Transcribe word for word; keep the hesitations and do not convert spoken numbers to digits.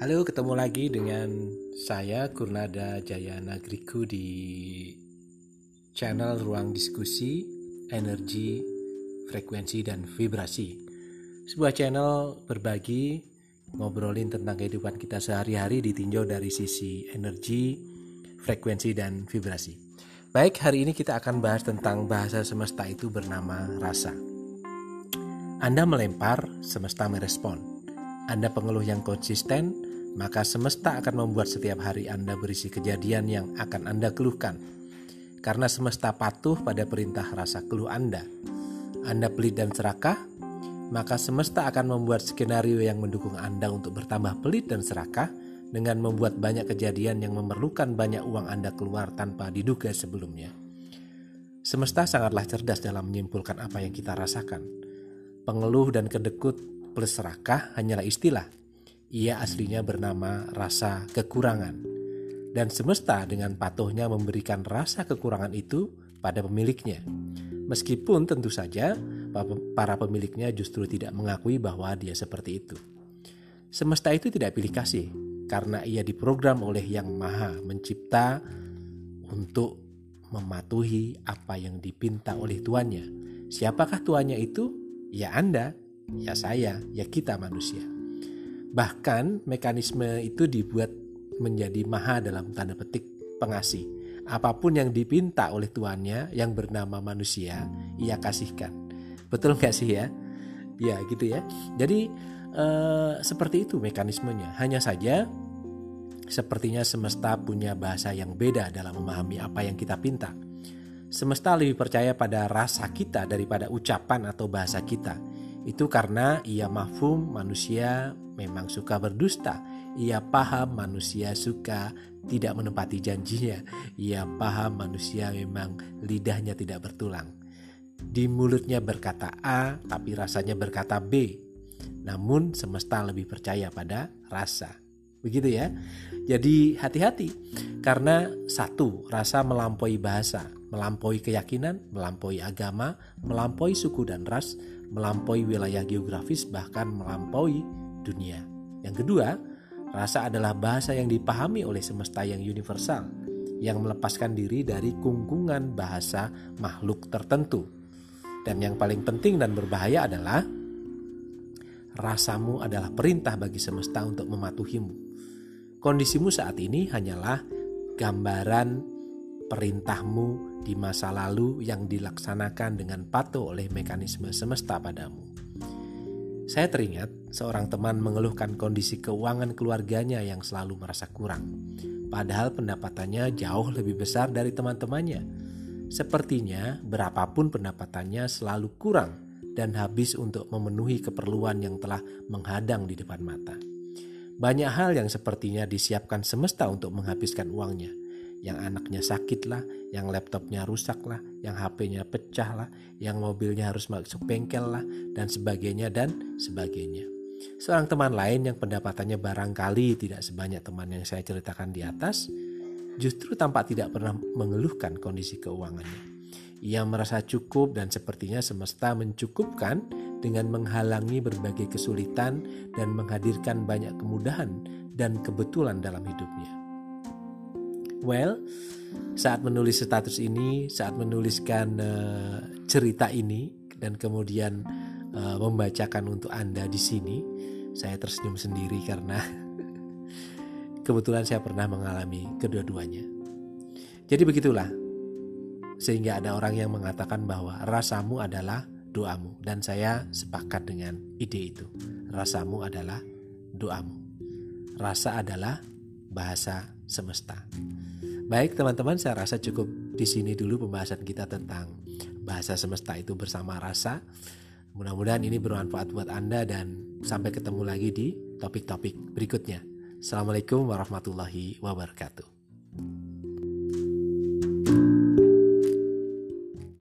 Halo, ketemu lagi dengan saya Kurnada Jaya Nagriku di channel Ruang Diskusi, Energi, Frekuensi, dan Vibrasi. Sebuah channel berbagi, ngobrolin tentang kehidupan kita sehari-hari ditinjau dari sisi energi, frekuensi, dan vibrasi. Baik, hari ini kita akan bahas tentang bahasa semesta itu bernama rasa. Anda melempar, semesta merespon. Anda pengeluh yang konsisten, maka semesta akan membuat setiap hari Anda berisi kejadian yang akan Anda keluhkan. Karena semesta patuh pada perintah rasa keluh Anda. Anda pelit dan serakah, maka semesta akan membuat skenario yang mendukung Anda untuk bertambah pelit dan serakah dengan membuat banyak kejadian yang memerlukan banyak uang Anda keluar tanpa diduga sebelumnya. Semesta sangatlah cerdas dalam menyimpulkan apa yang kita rasakan. Pengeluh dan kedekut plus serakah hanyalah istilah. Ia aslinya bernama rasa kekurangan. Dan semesta dengan patuhnya memberikan rasa kekurangan itu pada pemiliknya. Meskipun tentu saja para pemiliknya justru tidak mengakui bahwa dia seperti itu. Semesta itu tidak pilih kasih karena ia diprogram oleh Yang Maha Mencipta untuk mematuhi apa yang dipinta oleh tuannya. Siapakah tuannya itu? Ya Anda, ya saya, ya kita manusia. Bahkan mekanisme itu dibuat menjadi maha dalam tanda petik pengasih. Apapun yang dipinta oleh tuannya yang bernama manusia, ia kasihkan. Betul gak sih ya? Ya gitu ya. Jadi eh, seperti itu mekanismenya. Hanya saja sepertinya semesta punya bahasa yang beda dalam memahami apa yang kita pinta. Semesta lebih percaya pada rasa kita daripada ucapan atau bahasa kita. Itu karena ia mafhum manusia memang suka berdusta. Ia paham manusia suka tidak menepati janjinya. Ia paham manusia memang lidahnya tidak bertulang. Di mulutnya berkata A, tapi rasanya berkata B. Namun semesta lebih percaya pada rasa. Begitu ya. Jadi hati-hati. Karena satu, rasa melampaui bahasa, melampaui keyakinan, melampaui agama, melampaui suku dan ras, melampaui wilayah geografis, bahkan melampaui dunia. Yang kedua, rasa adalah bahasa yang dipahami oleh semesta yang universal, yang melepaskan diri dari kungkungan bahasa makhluk tertentu. Dan yang paling penting dan berbahaya adalah rasamu adalah perintah bagi semesta untuk mematuhimu. Kondisimu saat ini hanyalah gambaran perintahmu di masa lalu yang dilaksanakan dengan patuh oleh mekanisme semesta padamu. Saya teringat seorang teman mengeluhkan kondisi keuangan keluarganya yang selalu merasa kurang. Padahal pendapatannya jauh lebih besar dari teman-temannya. Sepertinya berapapun pendapatannya selalu kurang dan habis untuk memenuhi keperluan yang telah menghadang di depan mata. Banyak hal yang sepertinya disiapkan semesta untuk menghabiskan uangnya. Yang anaknya sakit lah, yang laptopnya rusak lah, yang H P-nya pecah lah, yang mobilnya harus masuk bengkel lah, dan sebagainya dan sebagainya. Seorang teman lain yang pendapatannya barangkali tidak sebanyak teman yang saya ceritakan di atas, justru tampak tidak pernah mengeluhkan kondisi keuangannya. Ia merasa cukup dan sepertinya semesta mencukupkan dengan menghalangi berbagai kesulitan dan menghadirkan banyak kemudahan dan kebetulan dalam hidupnya. Well, saat menulis status ini, saat menuliskan uh, cerita ini dan kemudian uh, membacakan untuk Anda di sini, saya tersenyum sendiri karena kebetulan saya pernah mengalami kedua-duanya. Jadi begitulah. Sehingga ada orang yang mengatakan bahwa rasamu adalah doamu. Dan saya sepakat dengan ide itu. Rasamu adalah doamu. Rasa adalah bahasa semesta. Baik teman-teman, saya rasa cukup di sini dulu pembahasan kita tentang bahasa semesta itu bersama rasa. Mudah-mudahan ini bermanfaat buat Anda dan sampai ketemu lagi di topik-topik berikutnya. Assalamualaikum warahmatullahi wabarakatuh.